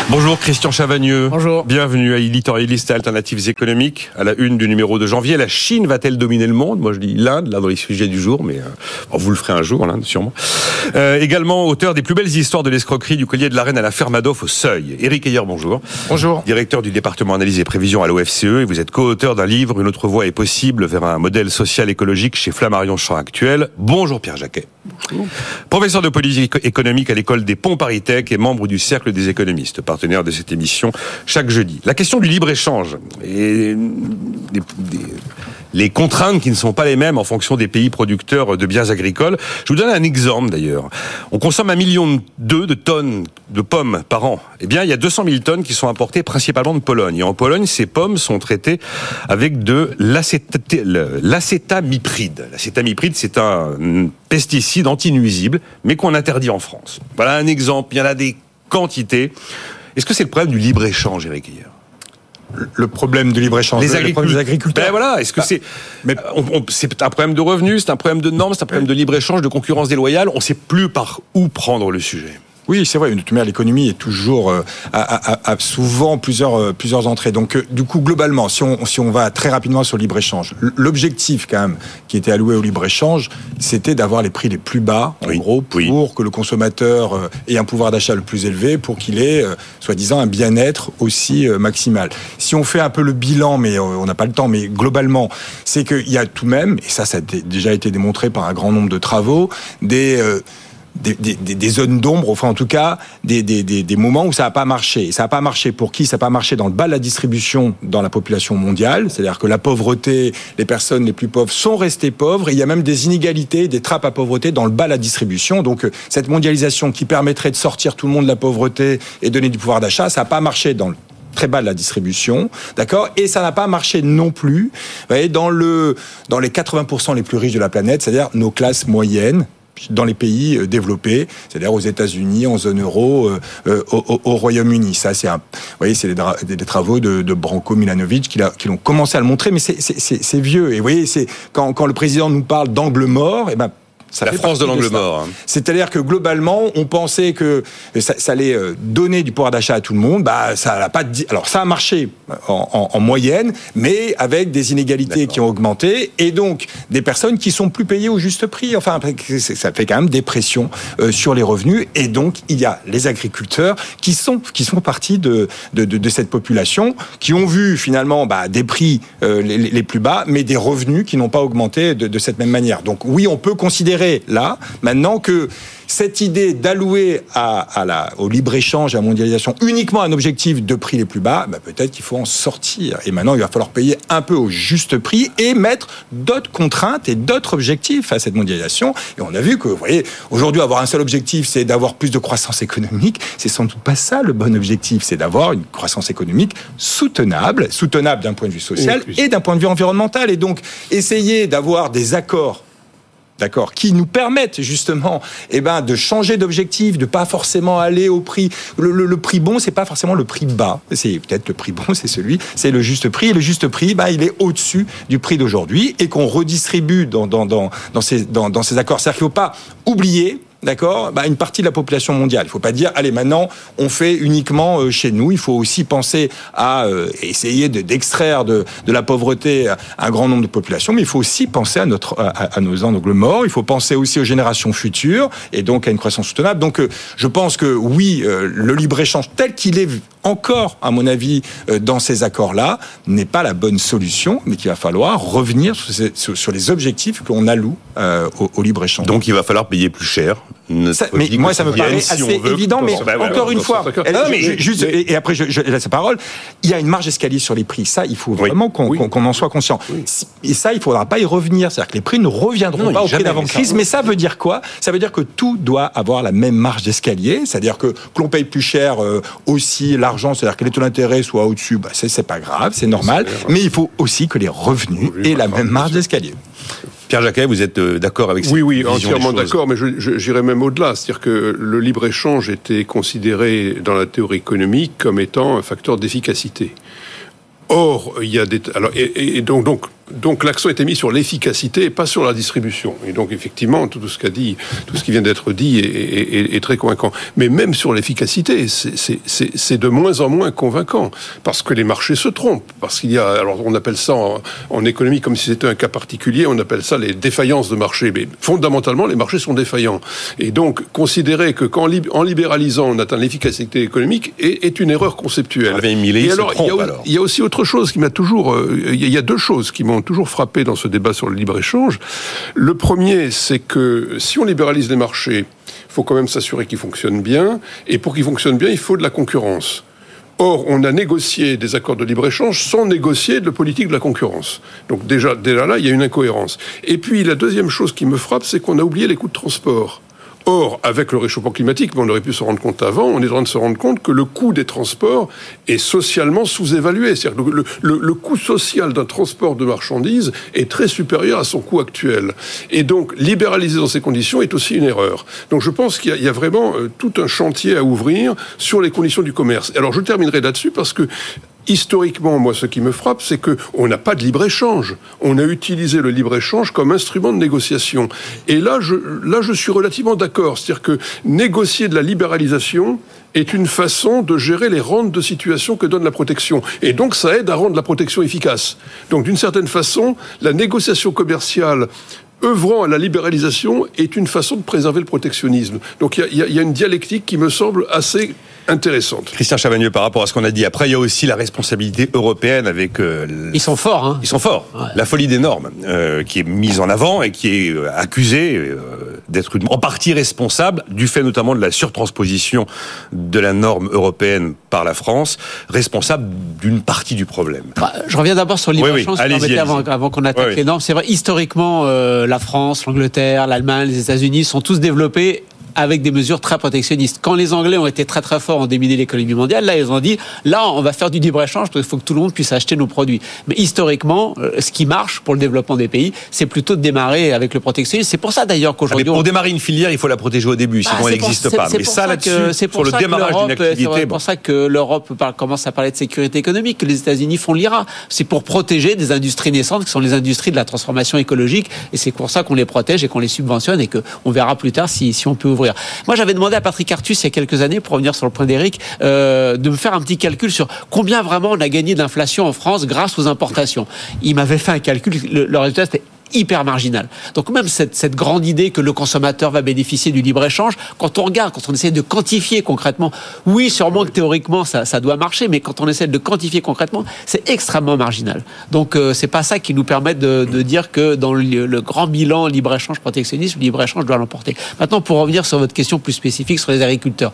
Bonjour Christian Chavagneux. Bonjour. Bienvenue à Éditorialiste Alternatives économiques. À la une du numéro de janvier, la Chine va-t-elle dominer le monde? Moi je dis l'Inde, là dans les sujets du jour, mais vous le ferez un jour, l'Inde sûrement. Également auteur des plus belles histoires de l'escroquerie du collier de la reine à la ferme Adolphe au Seuil. Éric Heyer, bonjour. Bonjour. Directeur du département analyse et prévision à l'OFCE, et vous êtes co-auteur d'un livre, Une autre voie est possible vers un modèle social écologique chez Flammarion Champ Actuel. Bonjour Pierre Jacquet. Bonjour. Professeur de politique économique à l'école des Ponts Paris Tech et membre du Cercle des économistes, partenaire de cette émission chaque jeudi. La question du libre-échange et les contraintes qui ne sont pas les mêmes en fonction des pays producteurs de biens agricoles. Je vous donne un exemple d'ailleurs. On consomme 1,2 million de tonnes de pommes par an. Eh bien, il y a 200 000 tonnes qui sont importées principalement de Pologne. Et en Pologne, ces pommes sont traitées avec de l'acétamipride. L'acétamipride, c'est un pesticide anti-nuisible, mais qu'on interdit en France. Voilà un exemple. Il y en a des quantités. Est-ce que c'est le problème du libre-échange, Éric Heyer ? Le problème du libre-échange, les agriculteurs. Ben voilà, est-ce que c'est un problème de revenus, c'est un problème de normes, c'est un problème de libre-échange, de concurrence déloyale? On ne sait plus par où prendre le sujet. Oui, c'est vrai. De toute manière, l'économie est toujours a souvent plusieurs entrées. Donc, du coup, globalement, si on va très rapidement sur le libre-échange, l'objectif quand même qui était alloué au libre-échange, c'était d'avoir les prix les plus bas, en gros, pour que le consommateur ait un pouvoir d'achat le plus élevé, pour qu'il ait, soi-disant, un bien-être aussi maximal. Si on fait un peu le bilan, mais on n'a pas le temps, mais globalement, c'est qu'il y a tout de même, et ça a déjà été démontré par un grand nombre de travaux, des zones d'ombre, enfin en tout cas des moments où ça n'a pas marché. Et ça n'a pas marché pour qui? Ça n'a pas marché dans le bas de la distribution dans la population mondiale, c'est-à-dire que la pauvreté, les personnes les plus pauvres sont restées pauvres, et il y a même des inégalités, des trappes à pauvreté dans le bas de la distribution. Donc cette mondialisation qui permettrait de sortir tout le monde de la pauvreté et donner du pouvoir d'achat, ça n'a pas marché dans le très bas de la distribution, d'accord, et ça n'a pas marché non plus, vous voyez, dans les 80% les plus riches de la planète, c'est-à-dire nos classes moyennes, dans les pays développés, c'est-à-dire aux États-Unis, en zone euro, au Royaume-Uni. Ça, c'est des travaux de Branko Milanovic qui l'ont commencé à le montrer, mais c'est vieux. Et vous voyez, c'est quand le président nous parle d'angle mort, et ben la France de l'angle mort. C'est-à-dire que globalement, on pensait que ça allait donner du pouvoir d'achat à tout le monde. Bah, ça n'a pas. Alors, ça a marché en moyenne, mais avec des inégalités qui ont augmenté, et donc des personnes qui sont plus payées au juste prix. Enfin, ça fait quand même des pressions sur les revenus, et donc il y a les agriculteurs qui sont partie de cette population, qui ont vu finalement des prix les plus bas, mais des revenus qui n'ont pas augmenté de cette même manière. Donc oui, on peut considérer là, maintenant, que cette idée d'allouer au libre-échange et à la mondialisation uniquement un objectif de prix les plus bas, peut-être qu'il faut en sortir. Et maintenant, il va falloir payer un peu au juste prix et mettre d'autres contraintes et d'autres objectifs à cette mondialisation. Et on a vu que, vous voyez, aujourd'hui, avoir un seul objectif, c'est d'avoir plus de croissance économique. C'est sans doute pas ça le bon objectif. C'est d'avoir une croissance économique soutenable d'un point de vue social et d'un point de vue environnemental. Et donc, essayer d'avoir des accords qui nous permettent justement de changer d'objectif, de pas forcément aller au prix. Le prix bon, c'est pas forcément le prix bas. C'est peut-être le prix bon, c'est le juste prix. Et le juste prix, il est au-dessus du prix d'aujourd'hui, et qu'on redistribue dans ces accords. C'est-à-dire qu'il faut pas oublier, une partie de la population mondiale. Il ne faut pas dire, allez, maintenant, on fait uniquement chez nous. Il faut aussi penser à essayer d'extraire de la pauvreté un grand nombre de populations, mais il faut aussi penser à nos angles morts. Il faut penser aussi aux générations futures, et donc à une croissance soutenable. Donc, je pense que oui, le libre-échange tel qu'il est encore, à mon avis, dans ces accords-là, n'est pas la bonne solution, mais qu'il va falloir revenir sur les objectifs qu'on alloue au libre-échange. Donc, il va falloir payer plus cher. Mais moi, ça me paraît assez évident, mais encore une fois, et après je laisse la parole, il y a une marge d'escalier sur les prix. Ça, il faut vraiment qu'on en soit conscient. Et ça, il ne faudra pas y revenir. C'est-à-dire que les prix ne reviendront pas au prix d'avant-crise. Mais ça veut dire quoi? Ça veut dire que tout doit avoir la même marge d'escalier. C'est-à-dire que l'on paye plus cher aussi l'argent, c'est-à-dire que les taux d'intérêt soient au-dessus, c'est pas grave, c'est normal. Mais il faut aussi que les revenus aient la même marge d'escalier. Pierre Jacquet, vous êtes d'accord avec cette vision des choses? Oui, entièrement d'accord, mais j'irais même au-delà. C'est-à-dire que le libre-échange était considéré dans la théorie économique comme étant un facteur d'efficacité. Or, il y a donc Donc l'accent était mis sur l'efficacité et pas sur la distribution. Et donc effectivement, tout ce qui vient d'être dit est très convaincant. Mais même sur l'efficacité, c'est de moins en moins convaincant. Parce que les marchés se trompent. Parce qu'il y a, alors on appelle ça en économie comme si c'était un cas particulier, on appelle ça les défaillances de marché. Mais fondamentalement, les marchés sont défaillants. Et donc, considérer que en libéralisant, on atteint l'efficacité économique est une erreur conceptuelle. Et alors, il y a aussi autre chose qui m'a toujours... il y a deux choses qui m'ont toujours frappé dans ce débat sur le libre-échange. Le premier, c'est que si on libéralise les marchés, il faut quand même s'assurer qu'ils fonctionnent bien. Et pour qu'ils fonctionnent bien, il faut de la concurrence. Or, on a négocié des accords de libre-échange sans négocier de politique de la concurrence. Donc déjà là, il y a une incohérence. Et puis, la deuxième chose qui me frappe, c'est qu'on a oublié les coûts de transport. Or, avec le réchauffement climatique, mais on aurait pu se rendre compte avant, on est en train de se rendre compte que le coût des transports est socialement sous-évalué. C'est-à-dire que le coût social d'un transport de marchandises est très supérieur à son coût actuel. Et donc, libéraliser dans ces conditions est aussi une erreur. Donc, je pense qu'il y a vraiment tout un chantier à ouvrir sur les conditions du commerce. Alors, je terminerai là-dessus parce que historiquement, moi, ce qui me frappe, c'est qu'on n'a pas de libre-échange. On a utilisé le libre-échange comme instrument de négociation. Et là, je suis relativement d'accord. C'est-à-dire que négocier de la libéralisation est une façon de gérer les rentes de situation que donne la protection. Et donc, ça aide à rendre la protection efficace. Donc, d'une certaine façon, la négociation commerciale œuvrant à la libéralisation est une façon de préserver le protectionnisme. Donc, il y a une dialectique qui me semble assez intéressante. Christian Chavagneux, par rapport à ce qu'on a dit, après il y a aussi la responsabilité européenne avec... Ils sont forts, hein. Ils sont forts. Ouais. La folie des normes, qui est mise en avant et qui est accusée d'être en partie responsable, du fait notamment de la surtransposition de la norme européenne par la France, responsable d'une partie du problème. Je reviens d'abord sur le libre-échange, avant qu'on attaque les normes. C'est vrai, historiquement, la France, l'Angleterre, l'Allemagne, les États-Unis sont tous développés avec des mesures très protectionnistes. Quand les Anglais ont été très très forts en déminer l'économie mondiale, là ils ont dit, là on va faire du libre-échange parce qu'il faut que tout le monde puisse acheter nos produits. Mais historiquement, ce qui marche pour le développement des pays, c'est plutôt de démarrer avec le protectionnisme. C'est pour ça d'ailleurs qu'aujourd'hui... pour démarrer une filière, il faut la protéger au début, sinon elle n'existe pas. Mais ça là-dessus, sur le démarrage d'une activité... C'est pour ça que l'Europe commence à parler de sécurité économique, que les États-Unis font l'IRA. C'est pour protéger des industries naissantes qui sont les industries de la transformation écologique, et c'est pour ça qu'on les protège et qu'on les subventionne et qu'on verra plus tard si on peut ouvrir. Moi, j'avais demandé à Patrick Artus il y a quelques années, pour revenir sur le point d'Éric, de me faire un petit calcul sur combien vraiment on a gagné d'inflation en France grâce aux importations. Il m'avait fait un calcul, le résultat c'était hyper marginal. Donc même cette grande idée que le consommateur va bénéficier du libre-échange, quand on regarde, quand on essaie de quantifier concrètement, oui, sûrement que théoriquement ça doit marcher, mais quand on essaie de quantifier concrètement, c'est extrêmement marginal. Donc c'est pas ça qui nous permet de dire que dans le grand bilan libre-échange protectionnisme, le libre-échange doit l'emporter. Maintenant, pour revenir sur votre question plus spécifique sur les agriculteurs,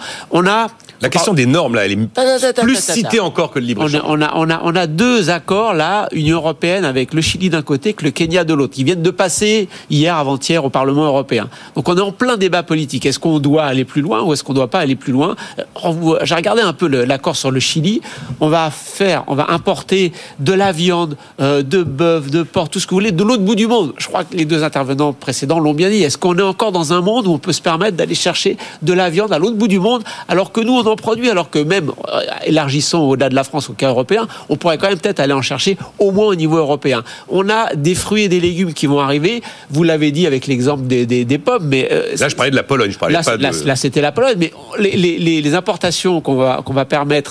la question des normes, là, elle est plus citée encore que le libre-échange. On a deux accords, là, Union européenne avec le Chili d'un côté, que le Kenya de l'autre. Ils viennent de passer hier, avant-hier, au Parlement européen. Donc on est en plein débat politique. Est-ce qu'on doit aller plus loin ou est-ce qu'on ne doit pas aller plus loin ? J'ai regardé un peu l'accord sur le Chili. On va importer de la viande, de bœuf, de porc, tout ce que vous voulez, de l'autre bout du monde. Je crois que les deux intervenants précédents l'ont bien dit. Est-ce qu'on est encore dans un monde où on peut se permettre d'aller chercher de la viande à l'autre bout du monde, alors que nous, on en produit, alors que même, élargissons au-delà de la France au cas européen, on pourrait quand même peut-être aller en chercher au moins au niveau européen. On a des fruits et des légumes qui vont arriver. Vous l'avez dit avec l'exemple des pommes, mais là, je parlais de la Pologne. Là, c'était la Pologne, mais les importations qu'on va permettre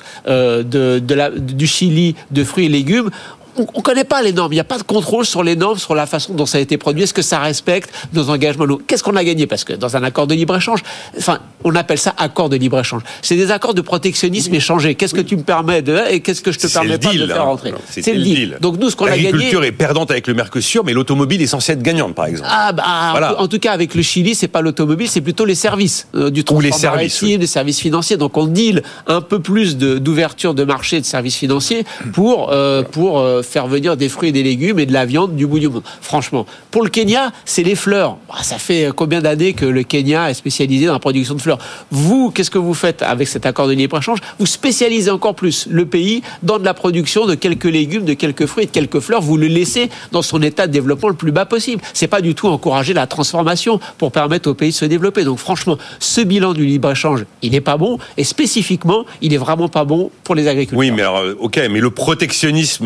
du Chili de fruits et légumes. On ne connaît pas les normes. Il n'y a pas de contrôle sur les normes, sur la façon dont ça a été produit. Est-ce que ça respecte nos engagements ? Qu'est-ce qu'on a gagné ? Parce que dans un accord de libre-échange, on appelle ça accord de libre-échange. C'est des accords de protectionnisme échangés. Qu'est-ce que tu me permets et qu'est-ce que je te permets pas de faire rentrer ? C'est le deal. Donc nous, ce qu'on a gagné... L'agriculture est perdante avec le Mercosur, mais l'automobile est censée être gagnante, par exemple. Voilà. En tout cas, avec le Chili, c'est pas l'automobile, c'est plutôt les services du transport maritime, les services financiers. Donc on deal un peu plus d'ouverture de marché de services financiers pour faire venir des fruits et des légumes et de la viande du bout du monde. Franchement, pour le Kenya, c'est les fleurs. Ça fait combien d'années que le Kenya est spécialisé dans la production de fleurs ? Vous, qu'est-ce que vous faites avec cet accord de libre-échange ? Vous spécialisez encore plus le pays dans de la production de quelques légumes, de quelques fruits et de quelques fleurs. Vous le laissez dans son état de développement le plus bas possible. C'est pas du tout encourager la transformation pour permettre au pays de se développer. Donc franchement, ce bilan du libre-échange, il n'est pas bon. Et spécifiquement, il est vraiment pas bon pour les agriculteurs. Oui, mais alors, ok, mais le protectionnisme, si on l'oppose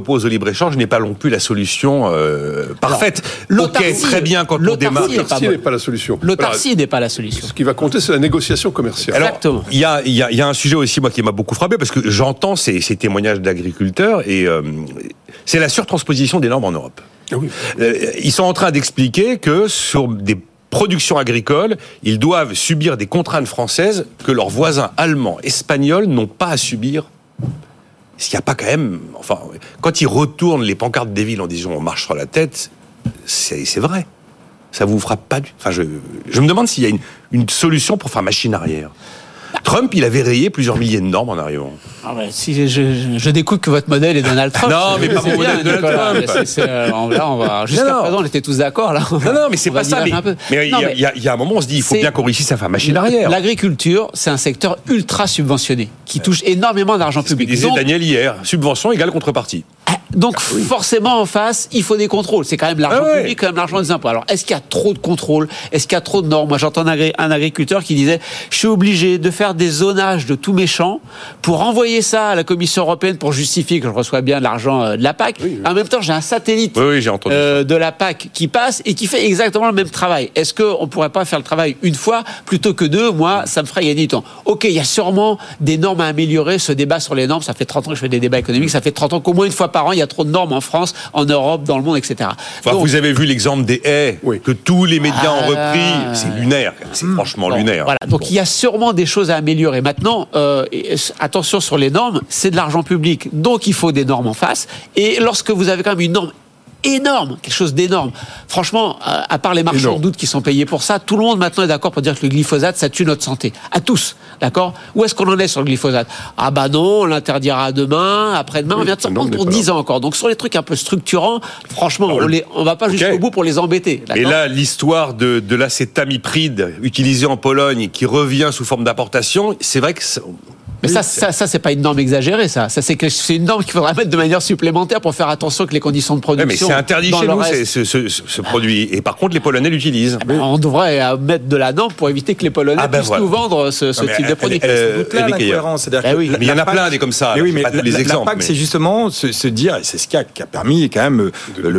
s'oppose au libre-échange n'est pas non plus la solution parfaite. Alors, très bien quand on démarre. L'autarcie n'est pas la solution. L'autarcie n'est pas la solution. Ce qui va compter, c'est la négociation commerciale. Alors, Exactement. il y a un sujet aussi, moi, qui m'a beaucoup frappé, parce que j'entends ces témoignages d'agriculteurs, et c'est la surtransposition des normes en Europe. Ah oui. Ils sont en train d'expliquer que sur des productions agricoles, ils doivent subir des contraintes françaises que leurs voisins allemands, espagnols n'ont pas à subir. Est-ce qu'il n'y a pas quand même... Enfin, quand ils retournent les pancartes des villes en disant on marche sur la tête, c'est vrai. Ça vous frappe pas du... Enfin, je me demande s'il y a une solution pour faire machine arrière. Trump, il avait rayé plusieurs milliers de normes en arrivant. Ah ouais, si je découvre que votre modèle est Donald Trump. Non, mais pas mon modèle de Donald Trump. Là, on va. Jusqu'à présent, on était tous d'accord là. Non, mais c'est pas ça. Mais il y a un moment, on se dit, il faut bien qu'on réussisse à faire machine arrière. L'agriculture, c'est un secteur ultra subventionné qui touche énormément d'argent public. Disait Daniel hier, subvention égale contrepartie. Donc forcément en face, il faut des contrôles. C'est quand même l'argent public, quand même l'argent des impôts. Alors est-ce qu'il y a trop de contrôles? Est-ce qu'il y a trop de normes? Moi j'entends un agriculteur qui disait je suis obligé de faire des zonages de tous mes champs pour envoyer ça à la Commission européenne pour justifier que je reçois bien de l'argent de la PAC. Oui. En même temps j'ai un satellite j'ai entendu de la PAC qui passe et qui fait exactement le même travail. Est-ce qu'on pourrait pas faire le travail une fois plutôt que deux? Moi ça me ferait gagner du temps. Ok, il y a sûrement des normes à améliorer. Ce débat sur les normes, ça fait 30 ans que je fais des débats économiques, ça fait 30 ans qu'au moins une fois par an il y a trop de normes en France, en Europe, dans le monde, etc. Enfin, donc, vous avez vu l'exemple des haies que tous les médias ont repris. C'est lunaire, c'est franchement lunaire. Voilà. Donc il y a sûrement des choses à améliorer. Maintenant, attention sur les normes, c'est de l'argent public, donc il faut des normes en face. Et lorsque vous avez quand même une norme énorme, quelque chose d'énorme. Franchement, à part les marchands de doute qui sont payés pour ça, tout le monde maintenant est d'accord pour dire que le glyphosate, ça tue notre santé. À tous, d'accord? Où est-ce qu'on en est sur le glyphosate? Ah bah non, on l'interdira demain, après-demain, on vient de s'en prendre pour 10 ans encore. Donc sur les trucs un peu structurants, franchement, on va pas jusqu'au bout pour les embêter. Et là, l'histoire de l'acétamipride utilisé en Pologne qui revient sous forme d'importation, c'est vrai que... Mais ça, c'est pas une norme exagérée, ça. C'est une norme qu'il faudra mettre de manière supplémentaire pour faire attention que les conditions de production. Mais c'est interdit chez nous, ce produit. Et par contre, les Polonais l'utilisent. On devrait mettre de la norme pour éviter que les Polonais puissent nous vendre ce type de produit. C'est là la cohérence. Mais il y en a plein des comme ça. Mais oui, mais pas tous les exemples. La PAC, c'est justement se dire, et c'est ce qui a permis quand même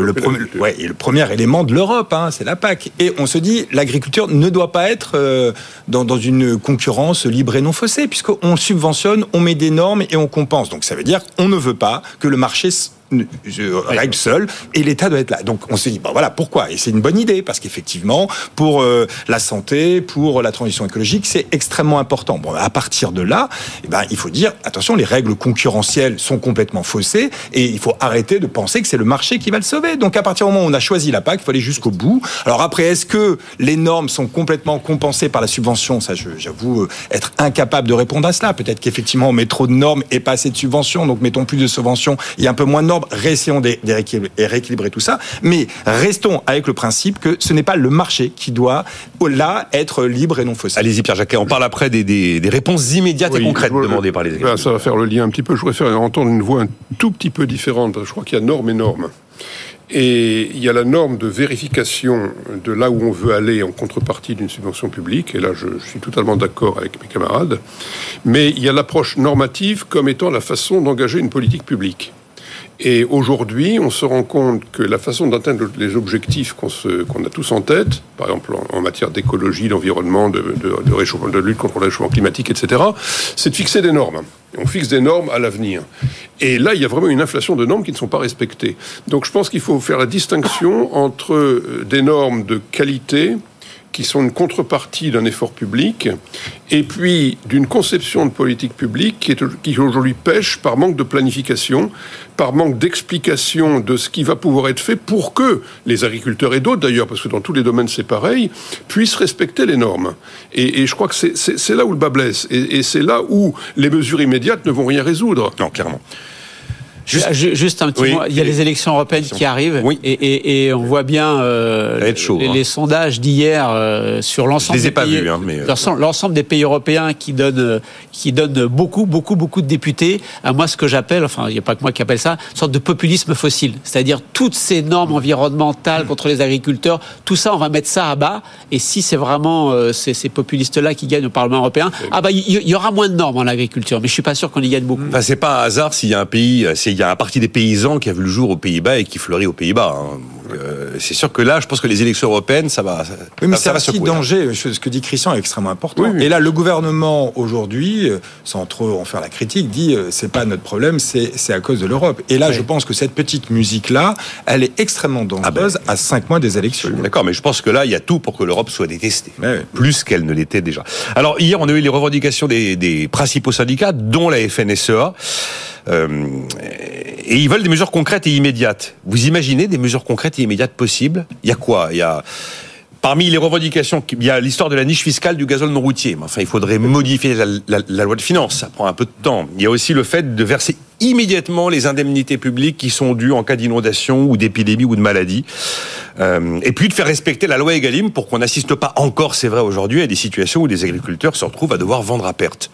le premier élément de l'Europe, c'est la PAC. Et on se dit, l'agriculture ne doit pas être dans une concurrence libre et non faussée, puisqu'on subventionne, on met des normes et on compense. Donc ça veut dire qu'on ne veut pas que le marché règle seul et l'État doit être là. Donc on se dit, voilà, pourquoi? Et c'est une bonne idée, parce qu'effectivement, pour la santé, pour la transition écologique, c'est extrêmement important. Bon, à partir de là, il faut dire, attention, les règles concurrentielles sont complètement faussées et il faut arrêter de penser que c'est le marché qui va le sauver. Donc à partir du moment où on a choisi la PAC, il faut aller jusqu'au bout. Alors après, est-ce que les normes sont complètement compensées par la subvention? Ça, j'avoue être incapable de répondre à cela. Peut-être qu'effectivement, on met trop de normes et pas assez de subventions, donc mettons plus de subventions et un peu moins de normes. Réessayons de rééquilibrer tout ça, mais restons avec le principe que ce n'est pas le marché qui doit, là, être libre et non faussé. Allez-y, Pierre Jacquet, on parle après des réponses immédiates et concrètes demandées par les agriculteurs. Ça va faire le lien un petit peu. Je voudrais faire entendre une voix un tout petit peu différente, parce que je crois qu'il y a normes et normes. Et il y a la norme de vérification de là où on veut aller en contrepartie d'une subvention publique, et là je suis totalement d'accord avec mes camarades, mais il y a l'approche normative comme étant la façon d'engager une politique publique. Et aujourd'hui, on se rend compte que la façon d'atteindre les objectifs qu'on a tous en tête, par exemple en matière d'écologie, d'environnement, de lutte contre le réchauffement climatique, etc., c'est de fixer des normes. On fixe des normes à l'avenir. Et là, il y a vraiment une inflation de normes qui ne sont pas respectées. Donc je pense qu'il faut faire la distinction entre des normes de qualité qui sont une contrepartie d'un effort public, et puis d'une conception de politique publique qui aujourd'hui pêche par manque de planification, par manque d'explication de ce qui va pouvoir être fait pour que les agriculteurs, et d'autres d'ailleurs, parce que dans tous les domaines c'est pareil, puissent respecter les normes. Et je crois que c'est là où le bas blesse, et c'est là où les mesures immédiates ne vont rien résoudre. Non, clairement. Juste un petit mot. Il y a les élections européennes qui arrivent, et on voit bien les sondages d'hier sur l'ensemble des pays, l'ensemble des pays européens qui donnent beaucoup de députés à moi ce que j'appelle, enfin il n'y a pas que moi qui appelle ça, une sorte de populisme fossile. C'est-à-dire toutes ces normes environnementales contre les agriculteurs, tout ça on va mettre ça à bas. Et si c'est vraiment ces populistes-là qui gagnent au Parlement européen, il y aura moins de normes en agriculture, mais je suis pas sûr qu'on y gagne beaucoup. Enfin, c'est pas un hasard s'il y a un pays, c'est y a un parti des paysans qui a vu le jour aux Pays-Bas et qui fleurit aux Pays-Bas. Hein. Donc, c'est sûr que là, je pense que les élections européennes, ça va. Oui, mais ça va c'est un petit secouer. danger. Ce que dit Christian est extrêmement important. Oui, oui. Et là, le gouvernement aujourd'hui, sans trop en faire la critique, dit c'est pas notre problème, c'est à cause de l'Europe. Et là, je pense que cette petite musique-là, elle est extrêmement dangereuse à 5 mois des élections. D'accord, mais je pense que là, il y a tout pour que l'Europe soit détestée, Ouais. plus qu'elle ne l'était déjà. Alors, hier, on a eu les revendications des principaux syndicats, dont la FNSEA, et ils veulent des mesures concrètes et immédiates. Vous imaginez des mesures concrètes et immédiates possibles ? Il y a quoi ? Parmi les revendications, il y a l'histoire de la niche fiscale du gazole non routier. Mais enfin, il faudrait modifier la loi de finances. Ça prend un peu de temps. Il y a aussi le fait de verser immédiatement les indemnités publiques qui sont dues en cas d'inondation ou d'épidémie ou de maladie. Et puis de faire respecter la loi Egalim pour qu'on n'assiste pas encore, c'est vrai aujourd'hui, à des situations où des agriculteurs se retrouvent à devoir vendre à perte.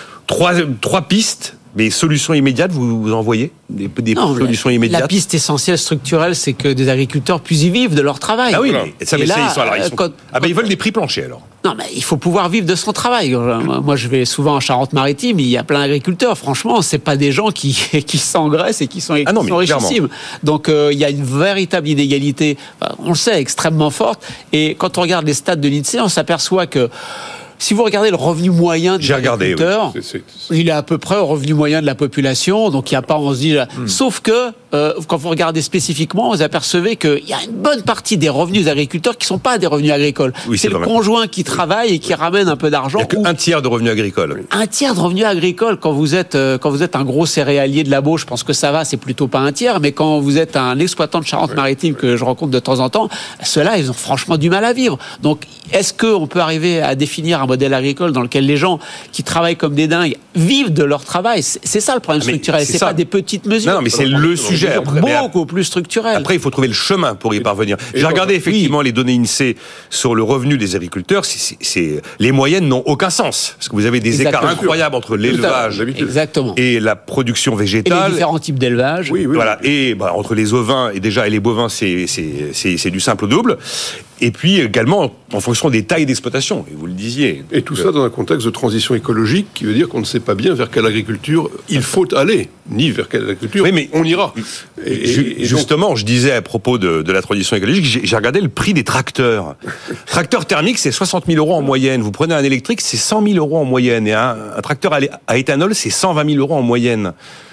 Trois pistes. Mais solutions immédiates, vous en voyez des solutions immédiates. La piste essentielle structurelle, c'est que des agriculteurs puissent y vivre de leur travail. Ah oui, Voilà. mais ça, Et là, ils veulent des prix planchers alors. Non, mais il faut pouvoir vivre de son travail. Moi, je vais souvent en Charente-Maritime, il y a plein d'agriculteurs. Franchement, c'est pas des gens qui s'engraissent et qui sont richissimes. Donc, il y a une véritable inégalité, on le sait, extrêmement forte. Et quand on regarde les stats de l'INSEE, on s'aperçoit que si vous regardez le revenu moyen des agriculteurs, il est à peu près au revenu moyen de la population. Donc, il n'y a pas, on se dit... Sauf que, quand vous regardez spécifiquement, vous apercevez qu'il y a une bonne partie des revenus des agriculteurs qui ne sont pas des revenus agricoles. Oui, c'est le conjoint qui travaille et qui ramène un peu d'argent. Il n'y a qu'un tiers de revenus agricoles. Un tiers de revenus agricoles. Quand vous êtes un gros céréalier de la Baue, je pense que ça va, c'est plutôt pas un tiers. Mais quand vous êtes un exploitant de Charente-Maritime que je rencontre de temps en temps, ceux-là, ils ont franchement du mal à vivre. Donc, est-ce qu'on peut arriver à définir un modèle agricole dans lequel les gens qui travaillent comme des dingues vivent de leur travail? C'est ça le problème structurel. C'est pas des petites mesures. Non, mais c'est le sujet. Beaucoup plus structurel. Après, il faut trouver le chemin pour y parvenir. J'ai regardé effectivement les données INSEE sur le revenu des agriculteurs. Les moyennes n'ont aucun sens. Parce que vous avez des écarts incroyables entre l'élevage et la production végétale. Et les différents types d'élevage. Oui. Voilà. Et entre les ovins et les bovins, c'est du simple au double. Et puis également en fonction des tailles d'exploitation, et vous le disiez. Et tout ça dans un contexte de transition écologique qui veut dire qu'on ne sait pas bien vers quelle agriculture il faut aller, ni vers quelle agriculture on ira. Et justement, donc, je disais à propos de la transition écologique, j'ai regardé le prix des tracteurs. Tracteur thermique, c'est 60 000 € en moyenne. Vous prenez un électrique, c'est 100 000 € en moyenne. Et un tracteur à éthanol, c'est 120 000 € en moyenne.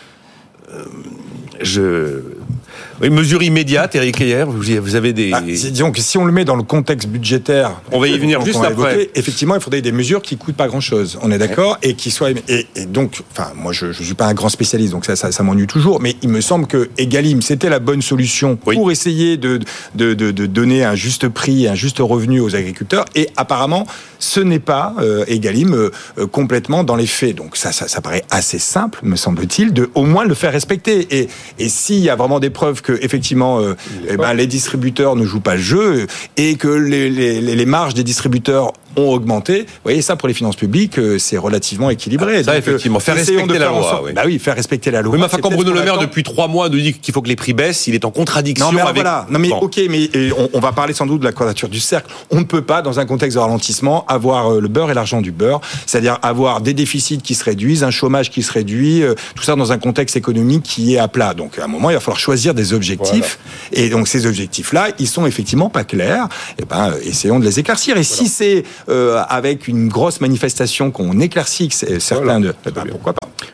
Oui, mesure immédiate, Éric Heyer, vous avez des... disons que si on le met dans le contexte budgétaire... On va y venir juste après. Effectivement, il faudrait des mesures qui ne coûtent pas grand-chose. On est d'accord ? Et qui soient... Et donc, enfin, moi, je ne suis pas un grand spécialiste, donc ça m'ennuie toujours, mais il me semble que Egalim, c'était la bonne solution pour essayer de donner un juste prix, un juste revenu aux agriculteurs. Et apparemment, ce n'est pas Egalim complètement dans les faits. Donc ça paraît assez simple, me semble-t-il, de au moins le faire respecter. Et s'il y a vraiment des preuves que effectivement les distributeurs ne jouent pas le jeu et que les marges des distributeurs ont augmenté, vous voyez, ça pour les finances publiques, c'est relativement équilibré. Ça, donc, effectivement, faire respecter la loi. Bah oui, faire respecter la loi. Oui, mais enfin, quand Bruno Le Maire, depuis 3 mois, nous dit qu'il faut que les prix baissent, il est en contradiction avec... Voilà. Non, mais ok, mais on va parler sans doute de la quadrature du cercle. On ne peut pas, dans un contexte de ralentissement, avoir le beurre et l'argent du beurre, c'est-à-dire avoir des déficits qui se réduisent, un chômage qui se réduit, tout ça dans un contexte économique qui est à plat. Donc, à un moment, il va falloir choisir des objectifs. Voilà. Et donc, ces objectifs-là, ils sont effectivement pas clairs. Et essayons de les éclaircir. Et si c'est avec une grosse manifestation qu'on éclaircit certains pourquoi pas.